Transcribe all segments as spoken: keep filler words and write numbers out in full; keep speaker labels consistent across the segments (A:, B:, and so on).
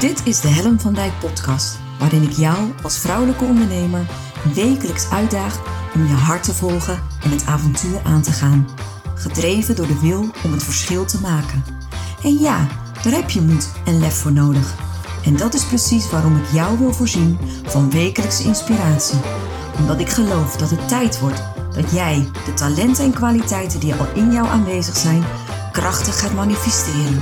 A: Dit is de Helen van Dijk podcast, waarin ik jou als vrouwelijke ondernemer wekelijks uitdaag om je hart te volgen en het avontuur aan te gaan. Gedreven door de wil om het verschil te maken. En ja, daar heb je moed en lef voor nodig. En dat is precies waarom ik jou wil voorzien van wekelijkse inspiratie. Omdat ik geloof dat het tijd wordt dat jij de talenten en kwaliteiten die al in jou aanwezig zijn, krachtig gaat manifesteren.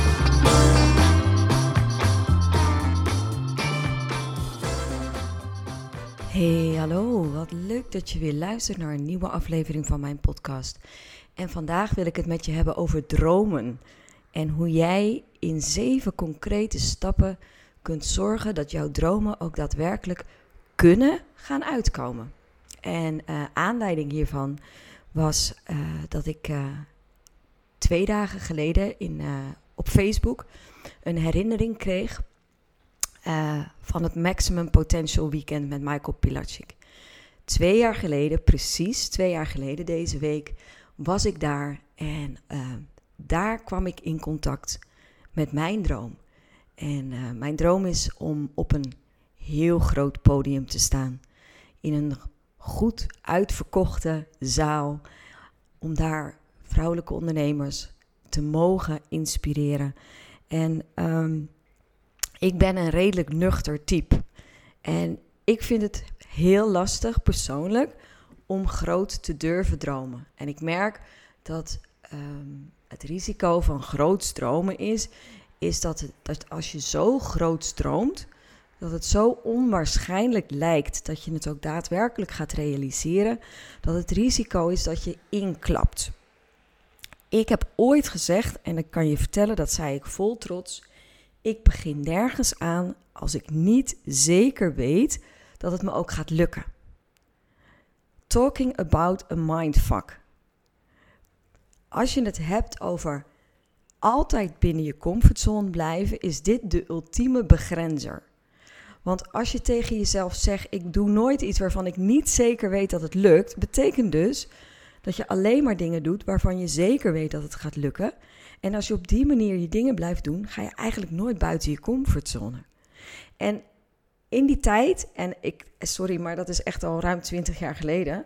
A: Hey, hallo. Wat leuk dat je weer luistert naar een nieuwe aflevering van mijn podcast. En vandaag wil ik het met je hebben over dromen. En hoe jij in zeven concrete stappen kunt zorgen dat jouw dromen ook daadwerkelijk kunnen gaan uitkomen. En uh, aanleiding hiervan was uh, dat ik uh, twee dagen geleden in, uh, op Facebook een herinnering kreeg uh, van het Maximum Potential Weekend met Michael Pilatschik. Twee jaar geleden, precies twee jaar geleden deze week, was ik daar en uh, daar kwam ik in contact met mijn droom. En uh, mijn droom is om op een heel groot podium te staan. In een goed uitverkochte zaal. Om daar vrouwelijke ondernemers te mogen inspireren. En um, ik ben een redelijk nuchter type. En ik vind het heel lastig persoonlijk om groot te durven dromen. En ik merk dat um, het risico van groot dromen is... is dat, het, dat als je zo groot droomt, dat het zo onwaarschijnlijk lijkt dat je het ook daadwerkelijk gaat realiseren, dat het risico is dat je inklapt. Ik heb ooit gezegd, en ik kan je vertellen, dat zei ik vol trots, ik begin nergens aan als ik niet zeker weet dat het me ook gaat lukken. Talking about a mindfuck. Als je het hebt over altijd binnen je comfortzone blijven, is dit de ultieme begrenzer. Want als je tegen jezelf zegt, ik doe nooit iets waarvan ik niet zeker weet dat het lukt, betekent dus dat je alleen maar dingen doet waarvan je zeker weet dat het gaat lukken. En als je op die manier je dingen blijft doen, ga je eigenlijk nooit buiten je comfortzone. En in die tijd, en ik, sorry, maar dat is echt al ruim twintig jaar geleden,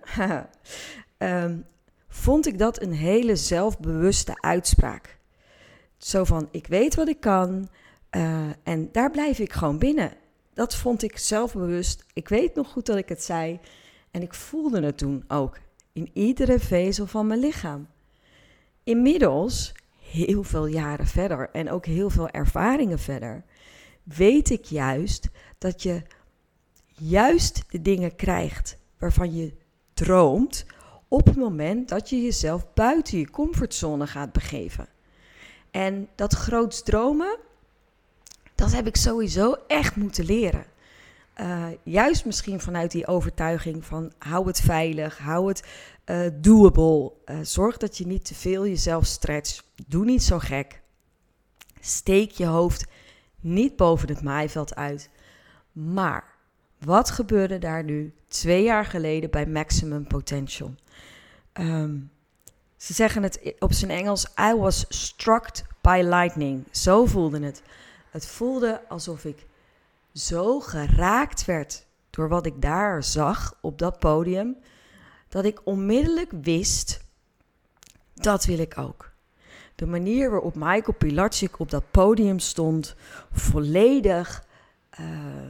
A: um, vond ik dat een hele zelfbewuste uitspraak. Zo van, ik weet wat ik kan uh, en daar blijf ik gewoon binnen. Dat vond ik zelfbewust. Ik weet nog goed dat ik het zei. En ik voelde het toen ook in iedere vezel van mijn lichaam. Inmiddels, heel veel jaren verder en ook heel veel ervaringen verder, weet ik juist dat je juist de dingen krijgt waarvan je droomt op het moment dat je jezelf buiten je comfortzone gaat begeven. En dat groots dromen, dat heb ik sowieso echt moeten leren. Uh, juist misschien vanuit die overtuiging van hou het veilig, hou het uh, doable. Uh, zorg dat je niet te veel jezelf stretcht. Doe niet zo gek. Steek je hoofd niet boven het maaiveld uit. Maar wat gebeurde daar nu twee jaar geleden bij Maximum Potential? Um, Ze zeggen het op zijn Engels, I was struck by lightning. Zo voelde het. Het voelde alsof ik zo geraakt werd door wat ik daar zag op dat podium, dat ik onmiddellijk wist, dat wil ik ook. De manier waarop Michael Pilatschik op dat podium stond, volledig uh,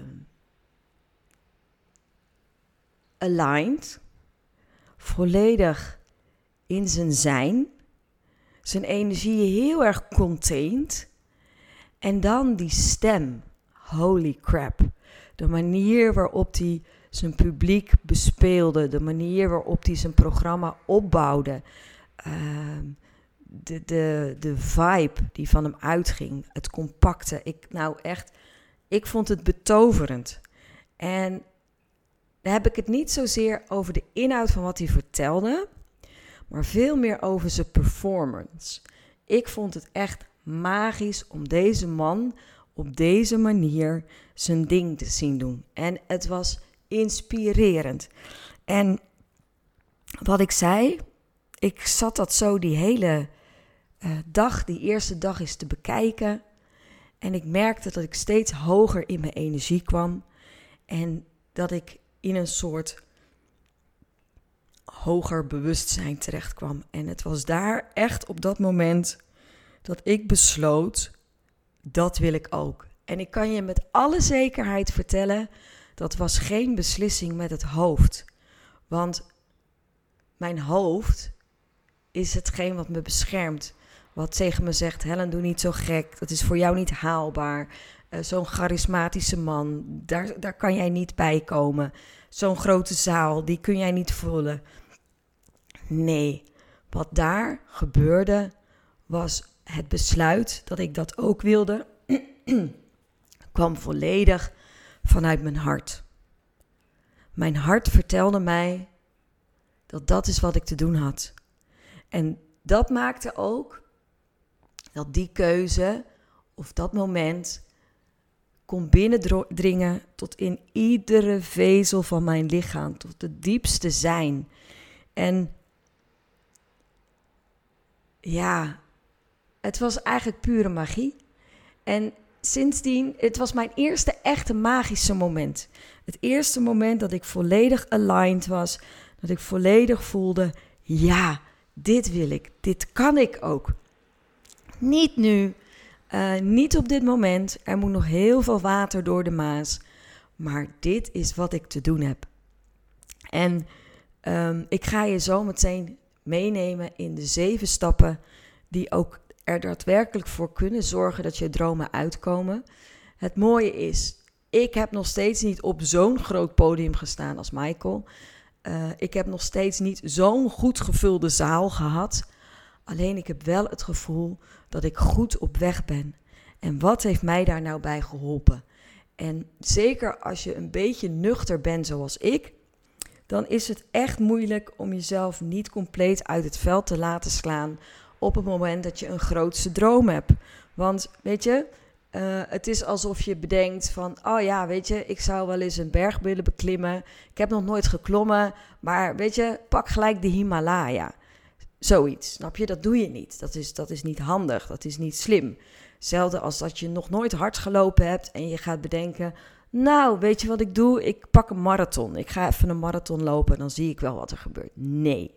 A: aligned, volledig in zijn zijn, zijn energie heel erg contained. En dan die stem, holy crap. De manier waarop hij zijn publiek bespeelde, de manier waarop hij zijn programma opbouwde, uh, de, de, de vibe die van hem uitging, het compacte. Ik, nou echt, ik vond het betoverend. En dan heb ik het niet zozeer over de inhoud van wat hij vertelde, maar veel meer over zijn performance. Ik vond het echt magisch om deze man op deze manier zijn ding te zien doen. En het was inspirerend. En wat ik zei, ik zat dat zo die hele uh, dag, die eerste dag eens te bekijken. En ik merkte dat ik steeds hoger in mijn energie kwam. En dat ik in een soort hoger bewustzijn terecht kwam. En het was daar echt op dat moment dat ik besloot, dat wil ik ook. En ik kan je met alle zekerheid vertellen, dat was geen beslissing met het hoofd. Want mijn hoofd is hetgeen wat me beschermt. Wat tegen me zegt, Helen, doe niet zo gek. Dat is voor jou niet haalbaar. Uh, zo'n charismatische man, daar, daar kan jij niet bij komen. Zo'n grote zaal, die kun jij niet vullen. Nee, wat daar gebeurde was het besluit dat ik dat ook wilde, kwam volledig vanuit mijn hart. Mijn hart vertelde mij dat dat is wat ik te doen had. En dat maakte ook dat die keuze of dat moment kon binnendringen tot in iedere vezel van mijn lichaam, tot het diepste zijn. En ja, het was eigenlijk pure magie. En sindsdien, het was mijn eerste echte magische moment. Het eerste moment dat ik volledig aligned was, dat ik volledig voelde, ja, dit wil ik, dit kan ik ook. Niet nu, uh, niet op dit moment, er moet nog heel veel water door de Maas, maar dit is wat ik te doen heb. En um, ik ga je zo meteen meenemen in de zeven stappen die ook er daadwerkelijk voor kunnen zorgen dat je dromen uitkomen. Het mooie is, ik heb nog steeds niet op zo'n groot podium gestaan als Michael. Uh, ik heb nog steeds niet zo'n goed gevulde zaal gehad. Alleen ik heb wel het gevoel dat ik goed op weg ben. En wat heeft mij daar nou bij geholpen? En zeker als je een beetje nuchter bent zoals ik, dan is het echt moeilijk om jezelf niet compleet uit het veld te laten slaan op het moment dat je een grootste droom hebt. Want weet je, uh, het is alsof je bedenkt van, oh ja, weet je, ik zou wel eens een berg willen beklimmen. Ik heb nog nooit geklommen, maar weet je, pak gelijk de Himalaya. Zoiets, snap je? Dat doe je niet. Dat is, dat is niet handig, dat is niet slim. Hetzelfde als dat je nog nooit hard gelopen hebt en je gaat bedenken, nou, weet je wat ik doe? Ik pak een marathon. Ik ga even een marathon lopen en dan zie ik wel wat er gebeurt. Nee.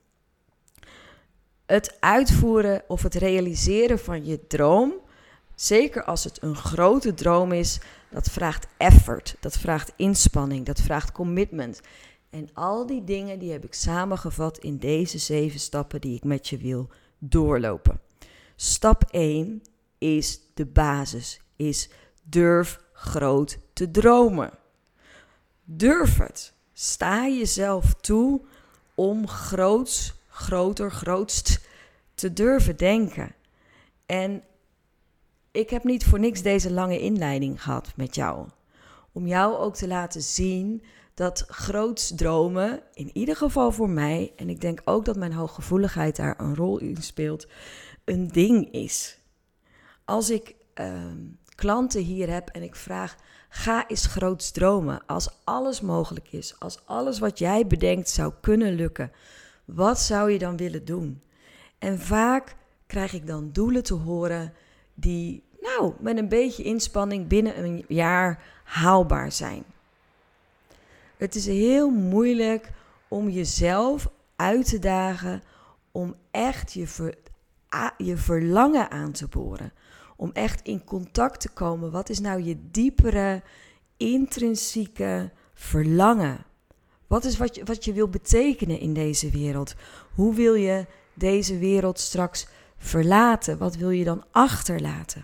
A: Het uitvoeren of het realiseren van je droom, zeker als het een grote droom is, dat vraagt effort, dat vraagt inspanning, dat vraagt commitment. En al die dingen die heb ik samengevat in deze zeven stappen die ik met je wil doorlopen. Stap één is de basis, is durf groot te dromen. Durf het. Sta jezelf toe om groots, groter, grootst te durven denken. En ik heb niet voor niks deze lange inleiding gehad met jou. Om jou ook te laten zien dat groots dromen, in ieder geval voor mij, en ik denk ook dat mijn hooggevoeligheid daar een rol in speelt, een ding is. Als ik uh, klanten hier heb en ik vraag, ga eens groots dromen. Als alles mogelijk is, als alles wat jij bedenkt zou kunnen lukken, wat zou je dan willen doen? En vaak krijg ik dan doelen te horen die, nou, met een beetje inspanning binnen een jaar haalbaar zijn. Het is heel moeilijk om jezelf uit te dagen om echt je, ver, a, je verlangen aan te boren. Om echt in contact te komen. Wat is nou je diepere, intrinsieke verlangen? Wat is wat je, wat je wil betekenen in deze wereld? Hoe wil je deze wereld straks verlaten? Wat wil je dan achterlaten?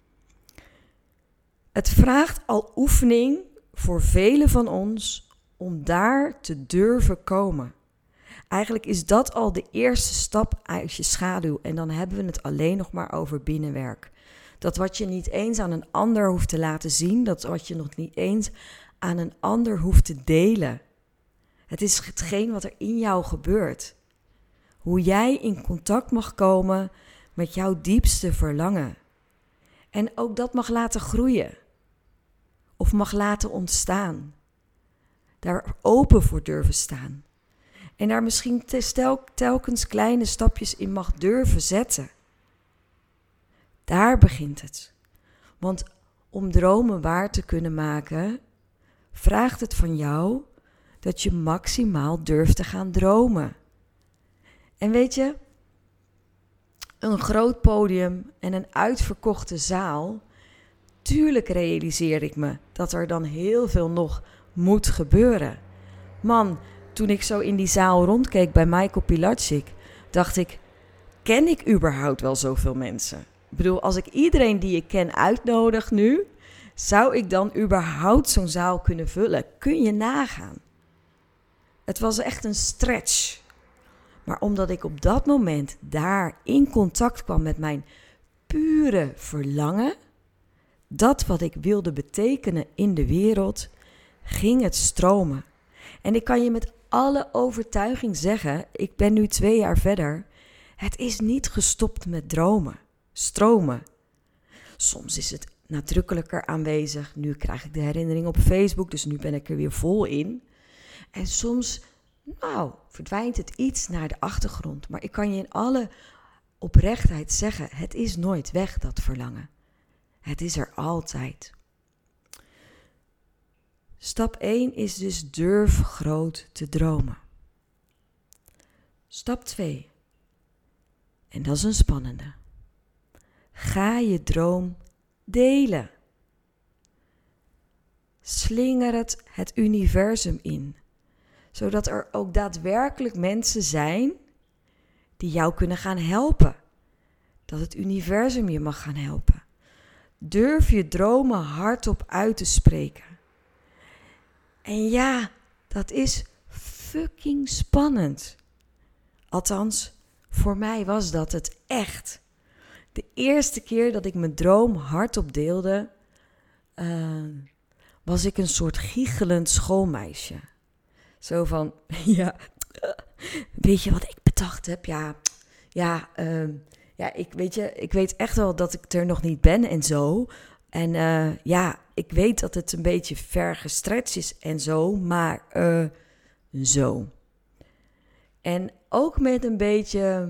A: Het vraagt al oefening voor velen van ons om daar te durven komen. Eigenlijk is dat al de eerste stap uit je schaduw. En dan hebben we het alleen nog maar over binnenwerk. Dat wat je niet eens aan een ander hoeft te laten zien. Dat wat je nog niet eens aan een ander hoeft te delen. Het is hetgeen wat er in jou gebeurt. Hoe jij in contact mag komen met jouw diepste verlangen. En ook dat mag laten groeien. Of mag laten ontstaan. Daar open voor durven staan. En daar misschien tel, telkens kleine stapjes in mag durven zetten. Daar begint het. Want om dromen waar te kunnen maken, vraagt het van jou dat je maximaal durft te gaan dromen. En weet je, een groot podium en een uitverkochte zaal, tuurlijk realiseer ik me dat er dan heel veel nog moet gebeuren. Man, toen ik zo in die zaal rondkeek bij Michael Pilatschik, dacht ik, ken ik überhaupt wel zoveel mensen? Ik bedoel, als ik iedereen die ik ken uitnodig nu, zou ik dan überhaupt zo'n zaal kunnen vullen? Kun je nagaan? Het was echt een stretch. Maar omdat ik op dat moment daar in contact kwam met mijn pure verlangen, dat wat ik wilde betekenen in de wereld, ging het stromen. En ik kan je met alle overtuiging zeggen, ik ben nu twee jaar verder, het is niet gestopt met dromen, stromen. Soms is het nadrukkelijker aanwezig. Nu krijg ik de herinnering op Facebook, dus nu ben ik er weer vol in. En soms, nou, verdwijnt het iets naar de achtergrond. Maar ik kan je in alle oprechtheid zeggen, het is nooit weg, dat verlangen. Het is er altijd. Stap één is dus durf groot te dromen. Stap twee. En dat is een spannende. Ga je droom delen. Slinger het het universum in. Zodat er ook daadwerkelijk mensen zijn die jou kunnen gaan helpen. Dat het universum je mag gaan helpen. Durf je dromen hardop uit te spreken. En ja, dat is fucking spannend. Althans, voor mij was dat het echt. De eerste keer dat ik mijn droom hardop deelde, uh, was ik een soort giechelend schoolmeisje. Zo van, ja, weet je wat ik bedacht heb? Ja, ja, uh, ja ik, weet je, ik weet echt wel dat ik er nog niet ben en zo. En uh, ja, ik weet dat het een beetje ver gestretched is en zo, maar uh, zo. En ook met een beetje,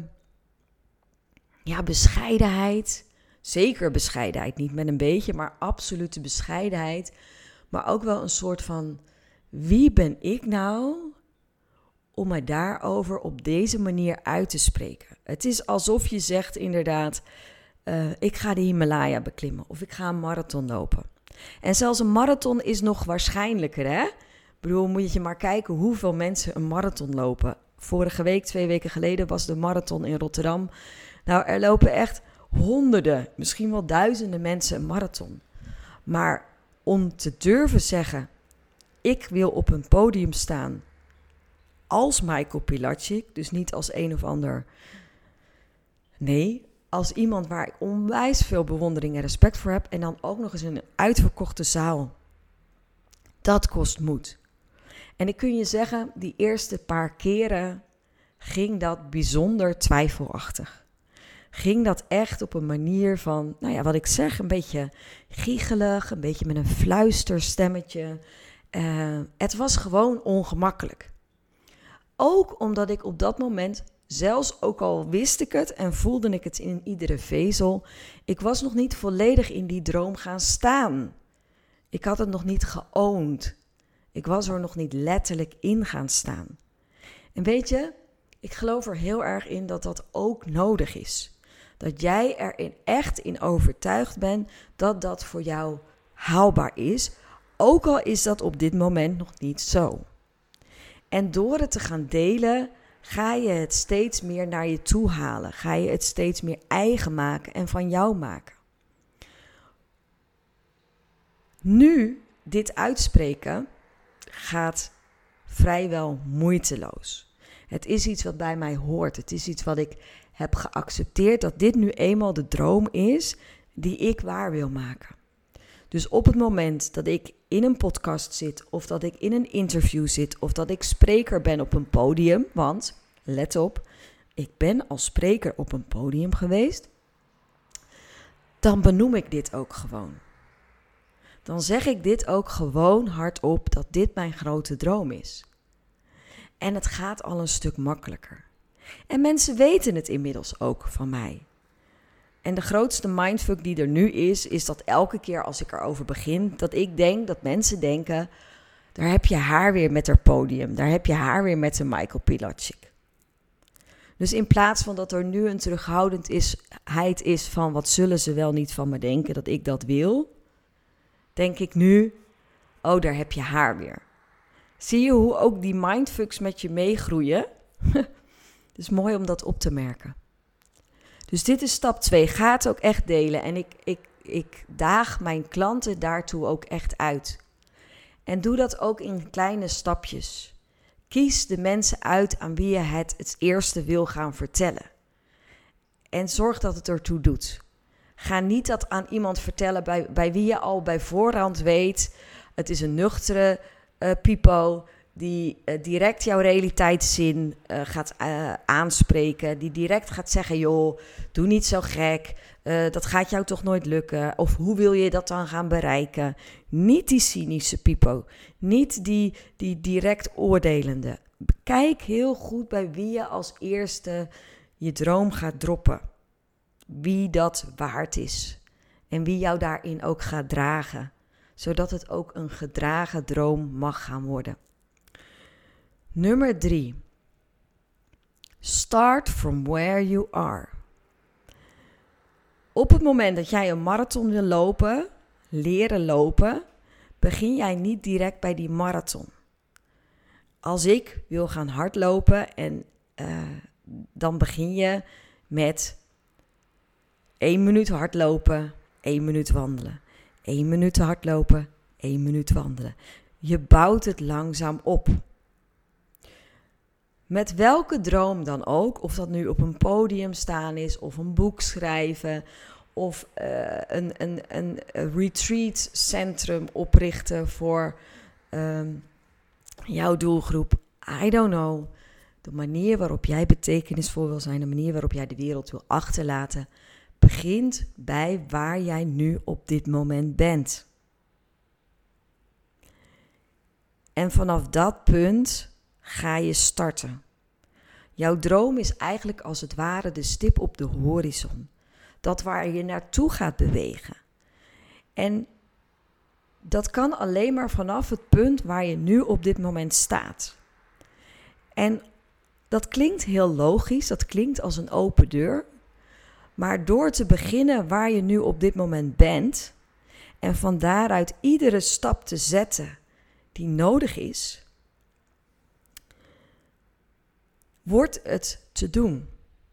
A: ja, bescheidenheid. Zeker bescheidenheid, niet met een beetje, maar absolute bescheidenheid. Maar ook wel een soort van, wie ben ik nou om mij daarover op deze manier uit te spreken? Het is alsof je zegt inderdaad, uh, ik ga de Himalaya beklimmen of ik ga een marathon lopen. En zelfs een marathon is nog waarschijnlijker, hè? Ik bedoel, moet je maar kijken hoeveel mensen een marathon lopen. Vorige week, twee weken geleden, was de marathon in Rotterdam. Nou, er lopen echt honderden, misschien wel duizenden mensen een marathon. Maar om te durven zeggen, ik wil op een podium staan als Michael Pilatschik, dus niet als een of ander. Nee, als iemand waar ik onwijs veel bewondering en respect voor heb en dan ook nog eens in een uitverkochte zaal. Dat kost moed. En ik kun je zeggen, die eerste paar keren ging dat bijzonder twijfelachtig. Ging dat echt op een manier van, nou ja, wat ik zeg, een beetje giechelig, een beetje met een fluisterstemmetje. Uh, het was gewoon ongemakkelijk. Ook omdat ik op dat moment, zelfs ook al wist ik het en voelde ik het in iedere vezel, ik was nog niet volledig in die droom gaan staan. Ik had het nog niet geowned. Ik was er nog niet letterlijk in gaan staan. En weet je, ik geloof er heel erg in dat dat ook nodig is. Dat jij er in echt in overtuigd bent dat dat voor jou haalbaar is. Ook al is dat op dit moment nog niet zo. En door het te gaan delen, ga je het steeds meer naar je toe halen. Ga je het steeds meer eigen maken en van jou maken. Nu, dit uitspreken gaat vrijwel moeiteloos. Het is iets wat bij mij hoort. Het is iets wat ik heb geaccepteerd, dat dit nu eenmaal de droom is die ik waar wil maken. Dus op het moment dat ik in een podcast zit, of dat ik in een interview zit, of dat ik spreker ben op een podium, want, let op, ik ben als spreker op een podium geweest, dan benoem ik dit ook gewoon. Dan zeg ik dit ook gewoon hardop, dat dit mijn grote droom is. En het gaat al een stuk makkelijker. En mensen weten het inmiddels ook van mij. En de grootste mindfuck die er nu is, is dat elke keer als ik erover begin, dat ik denk dat mensen denken, daar heb je haar weer met haar podium, daar heb je haar weer met een Michael Pilarczyk. Dus in plaats van dat er nu een terughoudendheid is van wat zullen ze wel niet van me denken dat ik dat wil, denk ik nu, oh, daar heb je haar weer. Zie je hoe ook die mindfucks met je meegroeien? Het is mooi om dat op te merken. Dus dit is stap twee. Ga het ook echt delen. En ik, ik, ik daag mijn klanten daartoe ook echt uit. En doe dat ook in kleine stapjes. Kies de mensen uit aan wie je het het eerste wil gaan vertellen. En zorg dat het ertoe doet. Ga niet dat aan iemand vertellen bij, bij wie je al bij voorhand weet, het is een nuchtere uh, pipo die uh, direct jouw realiteitszin uh, gaat uh, aanspreken. Die direct gaat zeggen, joh, doe niet zo gek. Uh, dat gaat jou toch nooit lukken. Of hoe wil je dat dan gaan bereiken? Niet die cynische pipo. Niet die, die direct oordelende. Kijk heel goed bij wie je als eerste je droom gaat droppen. Wie dat waard is. En wie jou daarin ook gaat dragen. Zodat het ook een gedragen droom mag gaan worden. Nummer drie. Start from where you are. Op het moment dat jij een marathon wil lopen, leren lopen, begin jij niet direct bij die marathon. Als ik wil gaan hardlopen, en uh, dan begin je met één minuut hardlopen, één minuut wandelen. één minuut hardlopen, één minuut wandelen. Je bouwt het langzaam op. Met welke droom dan ook, of dat nu op een podium staan is, of een boek schrijven, of uh, een, een, een retreat centrum oprichten voor um, jouw doelgroep. I don't know. De manier waarop jij betekenisvol wil zijn, de manier waarop jij de wereld wil achterlaten, begint bij waar jij nu op dit moment bent. En vanaf dat punt ga je starten. Jouw droom is eigenlijk als het ware de stip op de horizon. Dat waar je naartoe gaat bewegen. En dat kan alleen maar vanaf het punt waar je nu op dit moment staat. En dat klinkt heel logisch, dat klinkt als een open deur. Maar door te beginnen waar je nu op dit moment bent en van daaruit iedere stap te zetten die nodig is, wordt het te doen.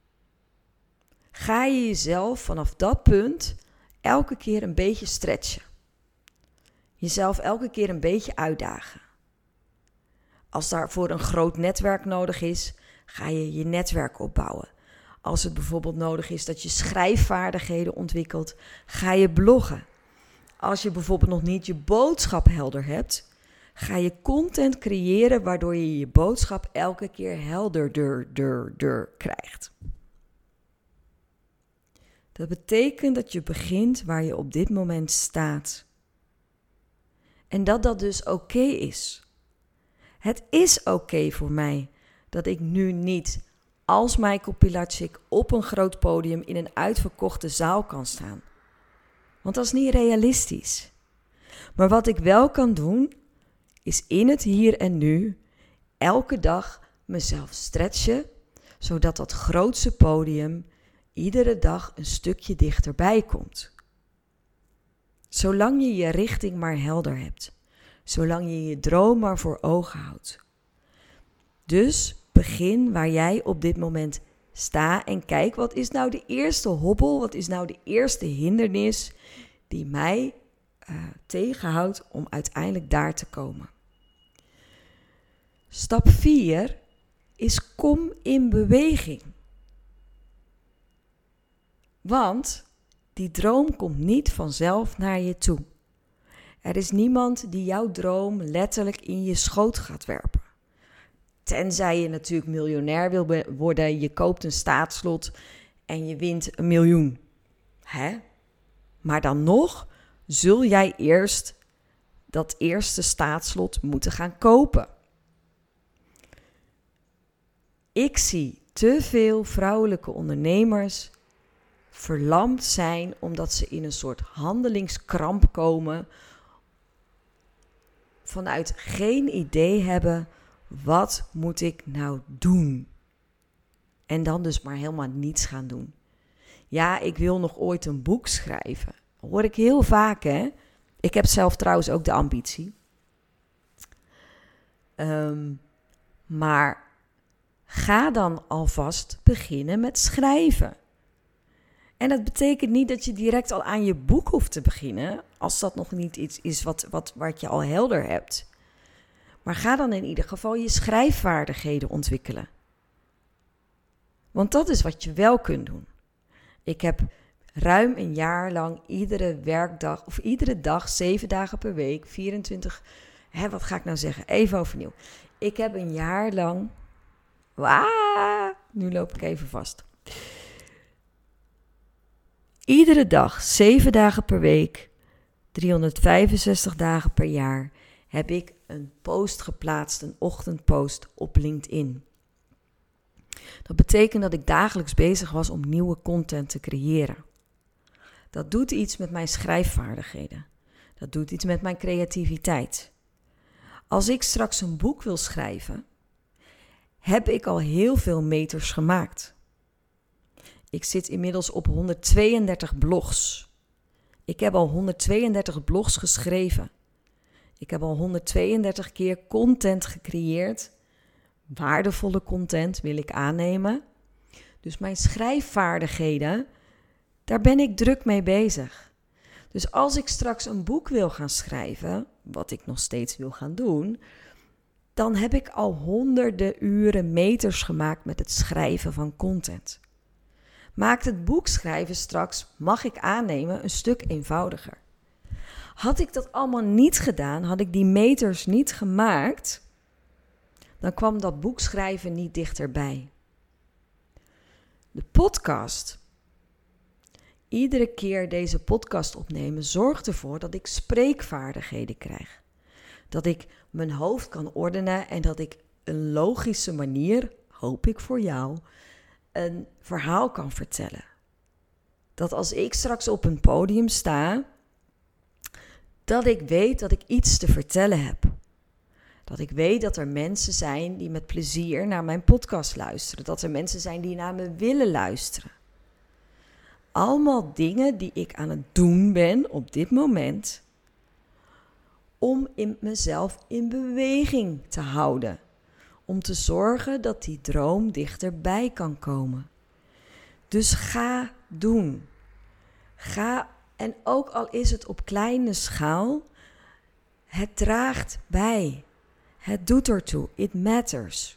A: Ga je jezelf vanaf dat punt elke keer een beetje stretchen. Jezelf elke keer een beetje uitdagen. Als daarvoor een groot netwerk nodig is, ga je je netwerk opbouwen. Als het bijvoorbeeld nodig is dat je schrijfvaardigheden ontwikkelt, ga je bloggen. Als je bijvoorbeeld nog niet je boodschap helder hebt, ga je content creëren waardoor je je boodschap elke keer helderder krijgt. Dat betekent dat je begint waar je op dit moment staat. En dat dat dus oké is. Het is oké voor mij dat ik nu niet als Michael Pilarczyk op een groot podium in een uitverkochte zaal kan staan. Want dat is niet realistisch. Maar wat ik wel kan doen, is in het hier en nu elke dag mezelf stretchen, zodat dat grootste podium iedere dag een stukje dichterbij komt. Zolang je je richting maar helder hebt. Zolang je je droom maar voor ogen houdt. Dus begin waar jij op dit moment staat en kijk, wat is nou de eerste hobbel, wat is nou de eerste hindernis die mij uh, tegenhoudt om uiteindelijk daar te komen. Stap vier is kom in beweging. Want die droom komt niet vanzelf naar je toe. Er is niemand die jouw droom letterlijk in je schoot gaat werpen. Tenzij je natuurlijk miljonair wil worden, je koopt een staatslot en je wint een miljoen. Hè? Maar dan nog zul jij eerst dat eerste staatslot moeten gaan kopen. Ik zie te veel vrouwelijke ondernemers verlamd zijn omdat ze in een soort handelingskramp komen, vanuit geen idee hebben, wat moet ik nou doen? En dan dus maar helemaal niets gaan doen. Ja, ik wil nog ooit een boek schrijven. Dat hoor ik heel vaak, hè. Ik heb zelf trouwens ook de ambitie. Um, maar ga dan alvast beginnen met schrijven. En dat betekent niet dat je direct al aan je boek hoeft te beginnen, als dat nog niet iets is wat, wat, wat je al helder hebt. Maar ga dan in ieder geval je schrijfvaardigheden ontwikkelen. Want dat is wat je wel kunt doen. Ik heb ruim een jaar lang iedere werkdag, of iedere dag, zeven dagen per week, vierentwintig... Hè, wat ga ik nou zeggen? Even overnieuw. Ik heb een jaar lang... Waaah, nu loop ik even vast. Iedere dag, zeven dagen per week, driehonderdvijfenzestig dagen per jaar, heb ik een post geplaatst, een ochtendpost op LinkedIn. Dat betekent dat ik dagelijks bezig was om nieuwe content te creëren. Dat doet iets met mijn schrijfvaardigheden. Dat doet iets met mijn creativiteit. Als ik straks een boek wil schrijven, heb ik al heel veel meters gemaakt. Ik zit inmiddels op honderdtweeëndertig blogs. Ik heb al honderdtweeëndertig blogs geschreven. Ik heb al honderdtweeëndertig keer content gecreëerd. Waardevolle content wil ik aannemen. Dus mijn schrijfvaardigheden, daar ben ik druk mee bezig. Dus als ik straks een boek wil gaan schrijven, wat ik nog steeds wil gaan doen, dan heb ik al honderden uren meters gemaakt met het schrijven van content. Maakt het boekschrijven straks, mag ik aannemen, een stuk eenvoudiger. Had ik dat allemaal niet gedaan, had ik die meters niet gemaakt, dan kwam dat boekschrijven niet dichterbij. De podcast. Iedere keer deze podcast opnemen zorgt ervoor dat ik spreekvaardigheden krijg. Dat ik mijn hoofd kan ordenen en dat ik een logische manier, hoop ik voor jou, een verhaal kan vertellen. Dat als ik straks op een podium sta, dat ik weet dat ik iets te vertellen heb. Dat ik weet dat er mensen zijn die met plezier naar mijn podcast luisteren. Dat er mensen zijn die naar me willen luisteren. Allemaal dingen die ik aan het doen ben op dit moment om in mezelf in beweging te houden. Om te zorgen dat die droom dichterbij kan komen. Dus ga doen. Ga, en ook al is het op kleine schaal, het draagt bij. Het doet ertoe. It matters.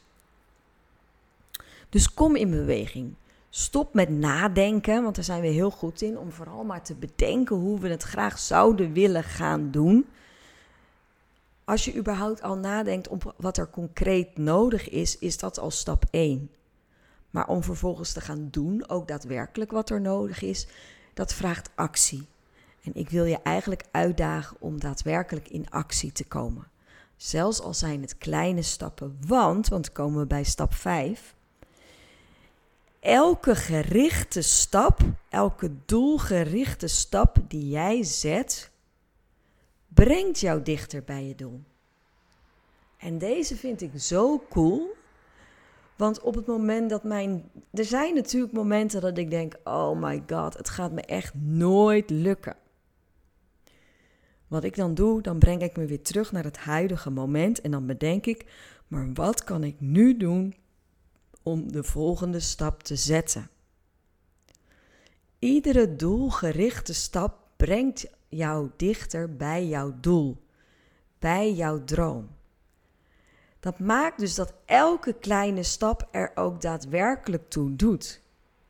A: Dus kom in beweging. Stop met nadenken, want daar zijn we heel goed in, om vooral maar te bedenken hoe we het graag zouden willen gaan doen. Als je überhaupt al nadenkt op wat er concreet nodig is, is dat al stap één. Maar om vervolgens te gaan doen, ook daadwerkelijk wat er nodig is, dat vraagt actie. En ik wil je eigenlijk uitdagen om daadwerkelijk in actie te komen. Zelfs al zijn het kleine stappen, want, want dan komen we bij stap vijf... Elke gerichte stap, elke doelgerichte stap die jij zet, brengt jou dichter bij je doel. En deze vind ik zo cool, want op het moment dat mijn... Er zijn natuurlijk momenten dat ik denk, oh my god, het gaat me echt nooit lukken. Wat ik dan doe, dan breng ik me weer terug naar het huidige moment en dan bedenk ik, maar wat kan ik nu doen om de volgende stap te zetten? Iedere doelgerichte stap brengt jou dichter bij jouw doel, bij jouw droom. Dat maakt dus dat elke kleine stap er ook daadwerkelijk toe doet.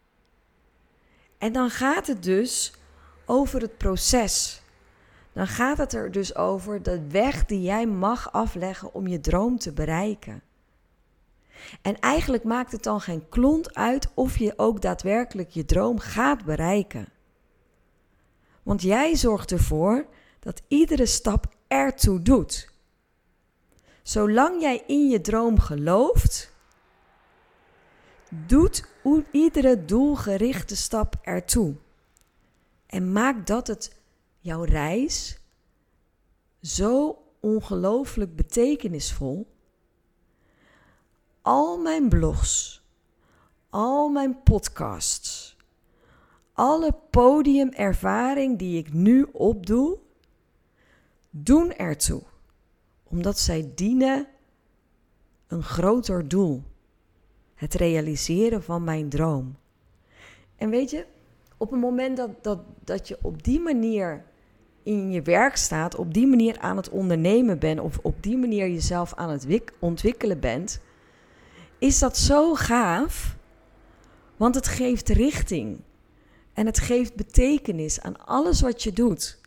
A: En dan gaat het dus over het proces. Dan gaat het er dus over de weg die jij mag afleggen om je droom te bereiken. En eigenlijk maakt het dan geen klont uit of je ook daadwerkelijk je droom gaat bereiken. Want jij zorgt ervoor dat iedere stap ertoe doet. Zolang jij in je droom gelooft, Doet iedere doelgerichte stap ertoe. En maak dat het jouw reis zo ongelooflijk betekenisvol. Al mijn blogs, al mijn podcasts, alle podiumervaring die ik nu opdoe, doen ertoe. Omdat zij dienen een groter doel. Het realiseren van mijn droom. En weet je, op het moment dat, dat, dat je op die manier in je werk staat, op die manier aan het ondernemen bent, of op die manier jezelf aan het wik- ontwikkelen bent, is dat zo gaaf, want het geeft richting. En het geeft betekenis aan alles wat je doet.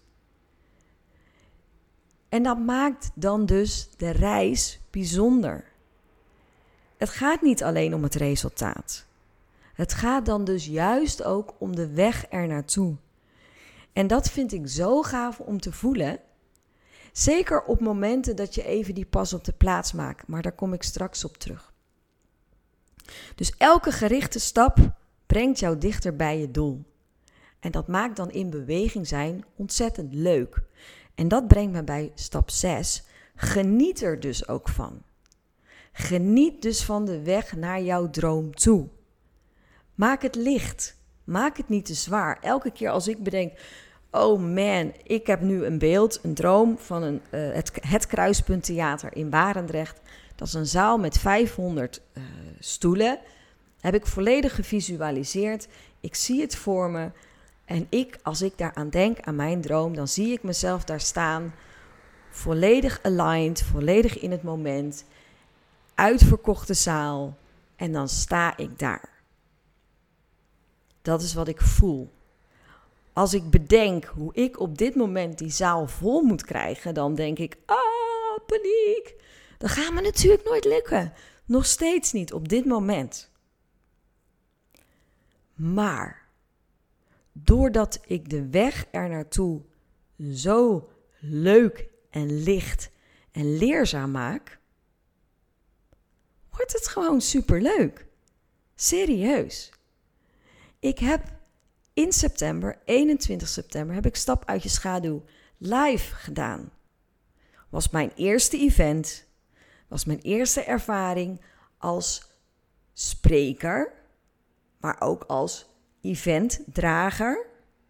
A: En dat maakt dan dus de reis bijzonder. Het gaat niet alleen om het resultaat. Het gaat dan dus juist ook om de weg er naartoe. En dat vind ik zo gaaf om te voelen. Zeker op momenten dat je even die pas op de plaats maakt. Maar daar kom ik straks op terug. Dus elke gerichte stap brengt jou dichter bij je doel. En dat maakt dan in beweging zijn ontzettend leuk. En dat brengt me bij stap zes. Geniet er dus ook van. Geniet dus van de weg naar jouw droom toe. Maak het licht. Maak het niet te zwaar. Elke keer als ik bedenk, oh man, ik heb nu een beeld, een droom van een, uh, het, het Kruispunt Theater in Barendrecht. Dat is een zaal met vijfhonderd uh, stoelen. Heb ik volledig gevisualiseerd. Ik zie het voor me. En ik, als ik daaraan denk, aan mijn droom, dan zie ik mezelf daar staan. Volledig aligned, volledig in het moment. Uitverkochte zaal. En dan sta ik daar. Dat is wat ik voel. Als ik bedenk hoe ik op dit moment die zaal vol moet krijgen, dan denk ik, ah, paniek. Dat gaat me natuurlijk nooit lukken. Nog steeds niet op dit moment. Maar doordat ik de weg er naartoe zo leuk en licht en leerzaam maak, wordt het gewoon superleuk. Serieus. Ik heb in september, eenentwintig september, heb ik Stap uit je schaduw live gedaan. Was mijn eerste event, was mijn eerste ervaring als spreker, maar ook als eventdrager.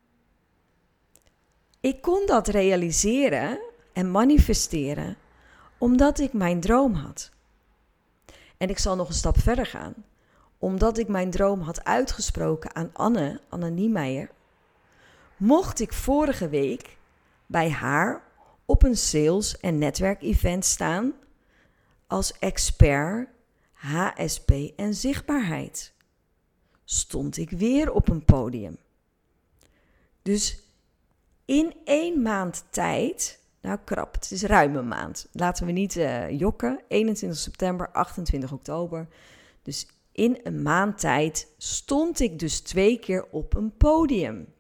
A: Ik kon dat realiseren en manifesteren omdat ik mijn droom had. En ik zal nog een stap verder gaan. Omdat ik mijn droom had uitgesproken aan Anne, Anne Niemeyer, mocht ik vorige week bij haar op een sales- en netwerkevent staan als expert H S P en zichtbaarheid. Stond ik weer op een podium. Dus in één maand tijd, nou krap, het is ruim een maand, laten we niet uh, jokken, eenentwintig september, achtentwintig oktober, dus in een maand tijd stond ik dus twee keer op een podium.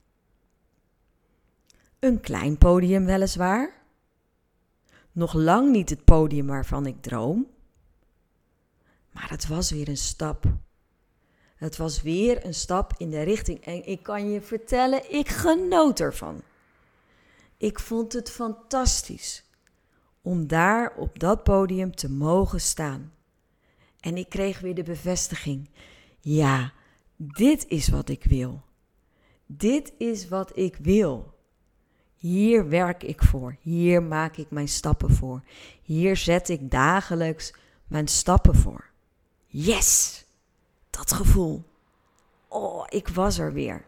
A: Een klein podium weliswaar. Nog lang niet het podium waarvan ik droom. Maar het was weer een stap. Het was weer een stap in de richting. En ik kan je vertellen, ik genoot ervan. Ik vond het fantastisch om daar op dat podium te mogen staan. En ik kreeg weer de bevestiging. Ja, dit is wat ik wil. Dit is wat ik wil. Hier werk ik voor. Hier maak ik mijn stappen voor. Hier zet ik dagelijks mijn stappen voor. Yes! Dat gevoel. Oh, ik was er weer.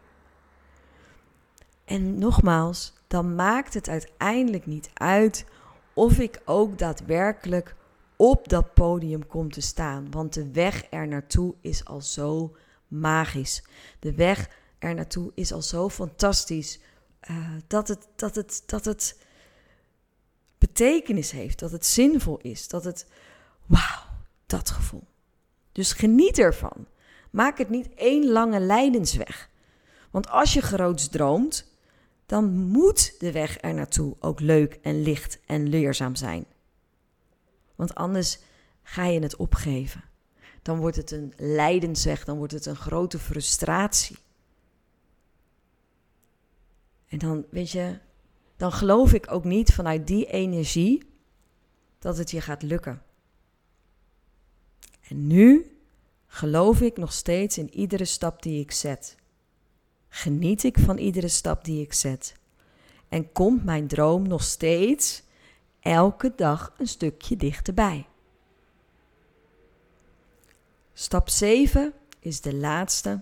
A: En nogmaals, dan maakt het uiteindelijk niet uit of ik ook daadwerkelijk op dat podium kom te staan. Want de weg er naartoe is al zo magisch. De weg er naartoe is al zo fantastisch. Uh, dat, het, dat, het, dat het betekenis heeft. Dat het zinvol is. Dat het, wauw, dat gevoel. Dus geniet ervan. Maak het niet één lange lijdensweg. Want als je groots droomt, dan moet de weg er naartoe ook leuk en licht en leerzaam zijn. Want anders ga je het opgeven. dan wordt het een lijdensweg, dan wordt het een grote frustratie. En dan, weet je, dan geloof ik ook niet vanuit die energie dat het je gaat lukken. En nu geloof ik nog steeds in iedere stap die ik zet. Geniet ik van iedere stap die ik zet. En komt mijn droom nog steeds elke dag een stukje dichterbij. Stap zeven is de laatste.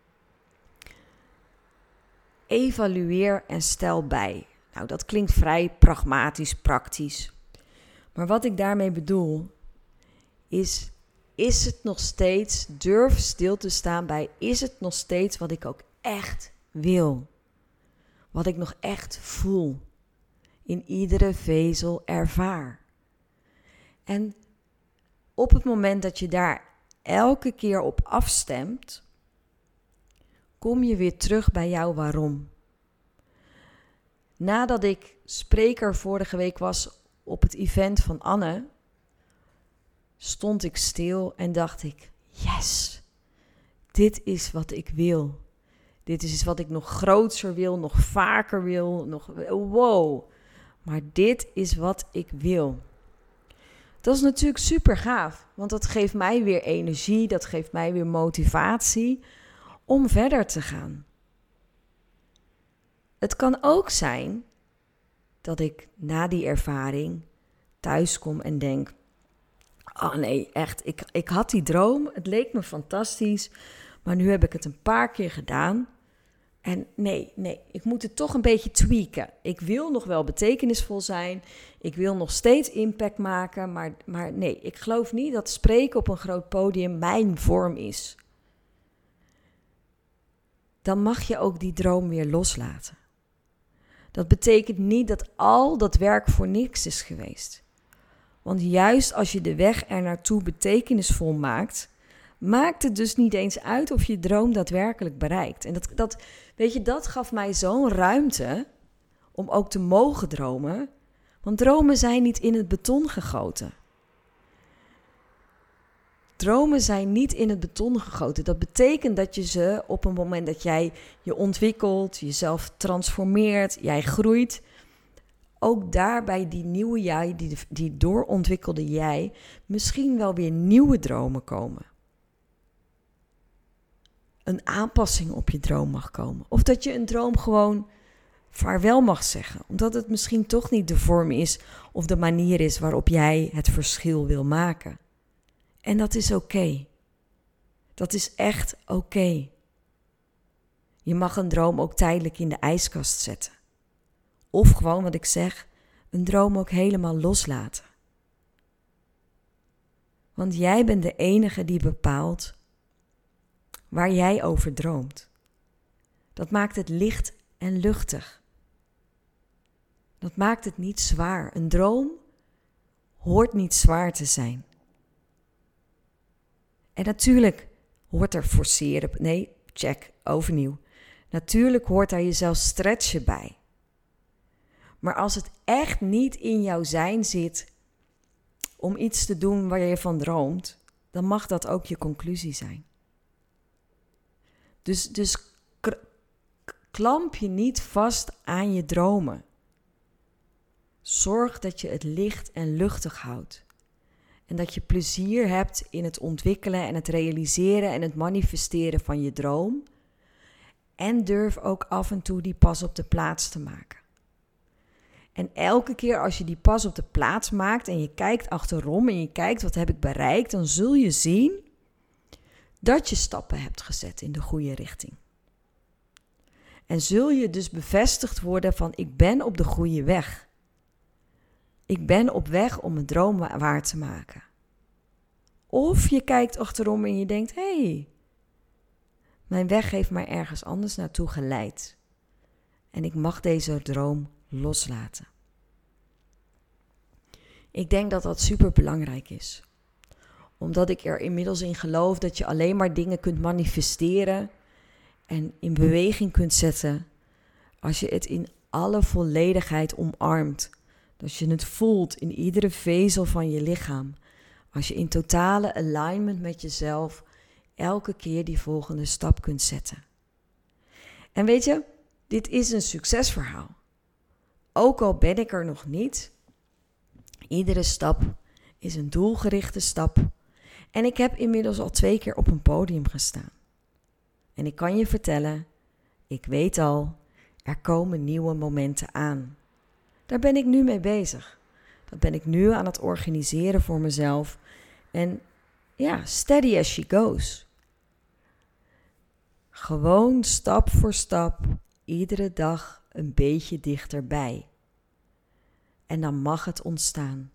A: Evalueer en stel bij. Nou, dat klinkt vrij pragmatisch, praktisch. Maar wat ik daarmee bedoel is, is het nog steeds, durf stil te staan bij, is het nog steeds wat ik ook echt wil? Wat ik nog echt voel, in iedere vezel ervaar. En op het moment dat je daar elke keer op afstemt, kom je weer terug bij jouw waarom. Nadat ik spreker vorige week was op het event van Anne, stond ik stil en dacht ik, yes, dit is wat ik wil. Dit is wat ik nog groter wil, nog vaker wil, nog wow. Maar dit is wat ik wil. Dat is natuurlijk super gaaf, want dat geeft mij weer energie, dat geeft mij weer motivatie om verder te gaan. Het kan ook zijn dat ik na die ervaring thuis kom en denk, oh nee, echt, ik, ik had die droom, het leek me fantastisch, maar nu heb ik het een paar keer gedaan. En nee, nee, ik moet het toch een beetje tweaken. Ik wil nog wel betekenisvol zijn. Ik wil nog steeds impact maken. Maar, maar nee, ik geloof niet dat spreken op een groot podium mijn vorm is. Dan mag je ook die droom weer loslaten. Dat betekent niet dat al dat werk voor niks is geweest. Want juist als je de weg er naartoe betekenisvol maakt, maakt het dus niet eens uit of je droom daadwerkelijk bereikt. En dat, dat, weet je, dat gaf mij zo'n ruimte om ook te mogen dromen. Want dromen zijn niet in het beton gegoten. Dromen zijn niet in het beton gegoten. Dat betekent dat je ze op een moment dat jij je ontwikkelt, jezelf transformeert, jij groeit, ook daarbij die nieuwe jij, die, die doorontwikkelde jij, misschien wel weer nieuwe dromen komen. Een aanpassing op je droom mag komen. Of dat je een droom gewoon vaarwel mag zeggen. Omdat het misschien toch niet de vorm is of de manier is waarop jij het verschil wil maken. En dat is oké. Okay. Dat is echt oké. Okay. Je mag een droom ook tijdelijk in de ijskast zetten. Of gewoon wat ik zeg, een droom ook helemaal loslaten. Want jij bent de enige die bepaalt waar jij over droomt. Dat maakt het licht en luchtig. Dat maakt het niet zwaar. Een droom hoort niet zwaar te zijn. En natuurlijk hoort er forceren. Nee, check, overnieuw. Natuurlijk hoort daar jezelf stretchen bij. Maar als het echt niet in jouw zijn zit om iets te doen waar je van droomt, dan mag dat ook je conclusie zijn. Dus, dus k- klamp je niet vast aan je dromen. Zorg dat je het licht en luchtig houdt. En dat je plezier hebt in het ontwikkelen en het realiseren en het manifesteren van je droom. En durf ook af en toe die pas op de plaats te maken. En elke keer als je die pas op de plaats maakt en je kijkt achterom en je kijkt wat heb ik bereikt, dan zul je zien dat je stappen hebt gezet in de goede richting. En zul je dus bevestigd worden van ik ben op de goede weg. Ik ben op weg om mijn droom waar te maken. Of je kijkt achterom en je denkt, hé, hey, mijn weg heeft mij ergens anders naartoe geleid. En ik mag deze droom loslaten. Ik denk dat dat super belangrijk is. Omdat ik er inmiddels in geloof dat je alleen maar dingen kunt manifesteren en in beweging kunt zetten als je het in alle volledigheid omarmt. Als je het voelt in iedere vezel van je lichaam. Als je in totale alignment met jezelf elke keer die volgende stap kunt zetten. En weet je, dit is een succesverhaal. Ook al ben ik er nog niet, iedere stap is een doelgerichte stap. En ik heb inmiddels al twee keer op een podium gestaan. En ik kan je vertellen, ik weet al, er komen nieuwe momenten aan. Daar ben ik nu mee bezig. Dat ben ik nu aan het organiseren voor mezelf. En ja, steady as she goes. Gewoon stap voor stap, iedere dag een beetje dichterbij. En dan mag het ontstaan.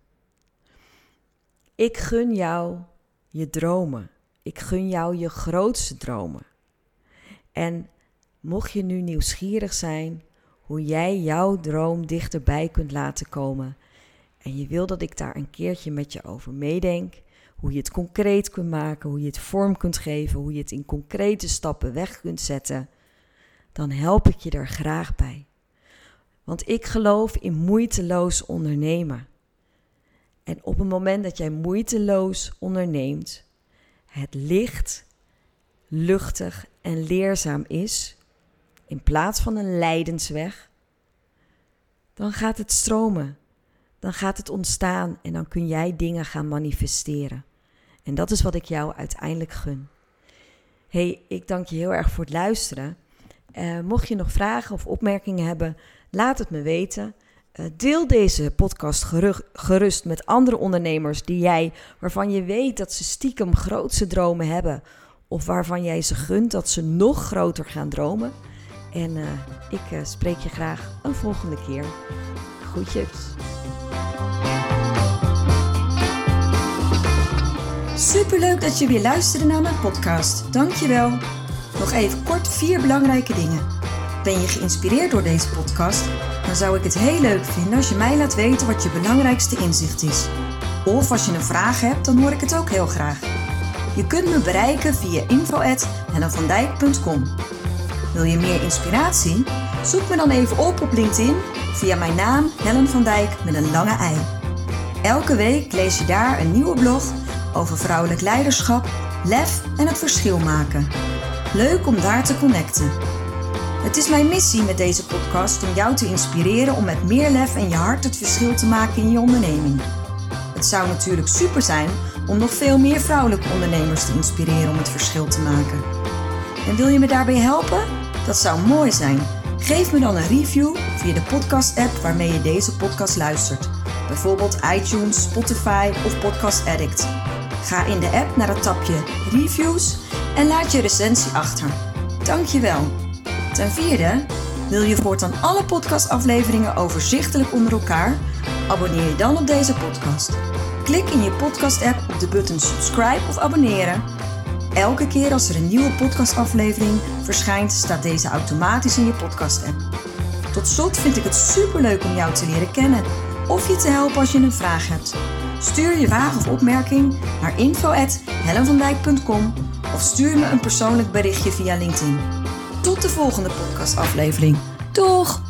A: Ik gun jou je dromen. Ik gun jou je grootste dromen. En mocht je nu nieuwsgierig zijn hoe jij jouw droom dichterbij kunt laten komen en je wil dat ik daar een keertje met je over meedenk, hoe je het concreet kunt maken, hoe je het vorm kunt geven, hoe je het in concrete stappen weg kunt zetten, dan help ik je er graag bij. Want ik geloof in moeiteloos ondernemen. En op het moment dat jij moeiteloos onderneemt, het licht, luchtig en leerzaam is, in plaats van een lijdensweg, dan gaat het stromen. Dan gaat het ontstaan en dan kun jij dingen gaan manifesteren. En dat is wat ik jou uiteindelijk gun. Hey, ik dank je heel erg voor het luisteren. Uh, mocht je nog vragen of opmerkingen hebben, laat het me weten. Uh, deel deze podcast gerust, gerust met andere ondernemers die jij, waarvan je weet dat ze stiekem grootse dromen hebben, of waarvan jij ze gunt dat ze nog groter gaan dromen. En uh, ik uh, spreek je graag een volgende keer. Groetjes.
B: Superleuk dat je weer luisterde naar mijn podcast. Dankjewel. Nog even kort vier belangrijke dingen. Ben je geïnspireerd door deze podcast? Dan zou ik het heel leuk vinden als je mij laat weten wat je belangrijkste inzicht is. Of als je een vraag hebt, dan hoor ik het ook heel graag. Je kunt me bereiken via info at helen van dijk punt com. Wil je meer inspiratie? Zoek me dan even op op LinkedIn via mijn naam Helen van Dijk met een lange ei. Elke week lees je daar een nieuwe blog over vrouwelijk leiderschap, lef en het verschil maken. Leuk om daar te connecten. Het is mijn missie met deze podcast om jou te inspireren om met meer lef en je hart het verschil te maken in je onderneming. Het zou natuurlijk super zijn om nog veel meer vrouwelijke ondernemers te inspireren om het verschil te maken. En wil je me daarbij helpen? Dat zou mooi zijn. Geef me dan een review via de podcast-app waarmee je deze podcast luistert. Bijvoorbeeld iTunes, Spotify of Podcast Addict. Ga in de app naar het tabje Reviews en laat je recensie achter. Dankjewel. Ten vierde, wil je voortaan alle podcastafleveringen overzichtelijk onder elkaar? Abonneer je dan op deze podcast. Klik in je podcast-app op de button subscribe of abonneren. Elke keer als er een nieuwe podcastaflevering verschijnt, staat deze automatisch in je podcast-app. Tot slot vind ik het superleuk om jou te leren kennen of je te helpen als je een vraag hebt. Stuur je vraag of opmerking naar info at helen van dijk punt com of stuur me een persoonlijk berichtje via LinkedIn. Tot de volgende podcastaflevering. Doeg!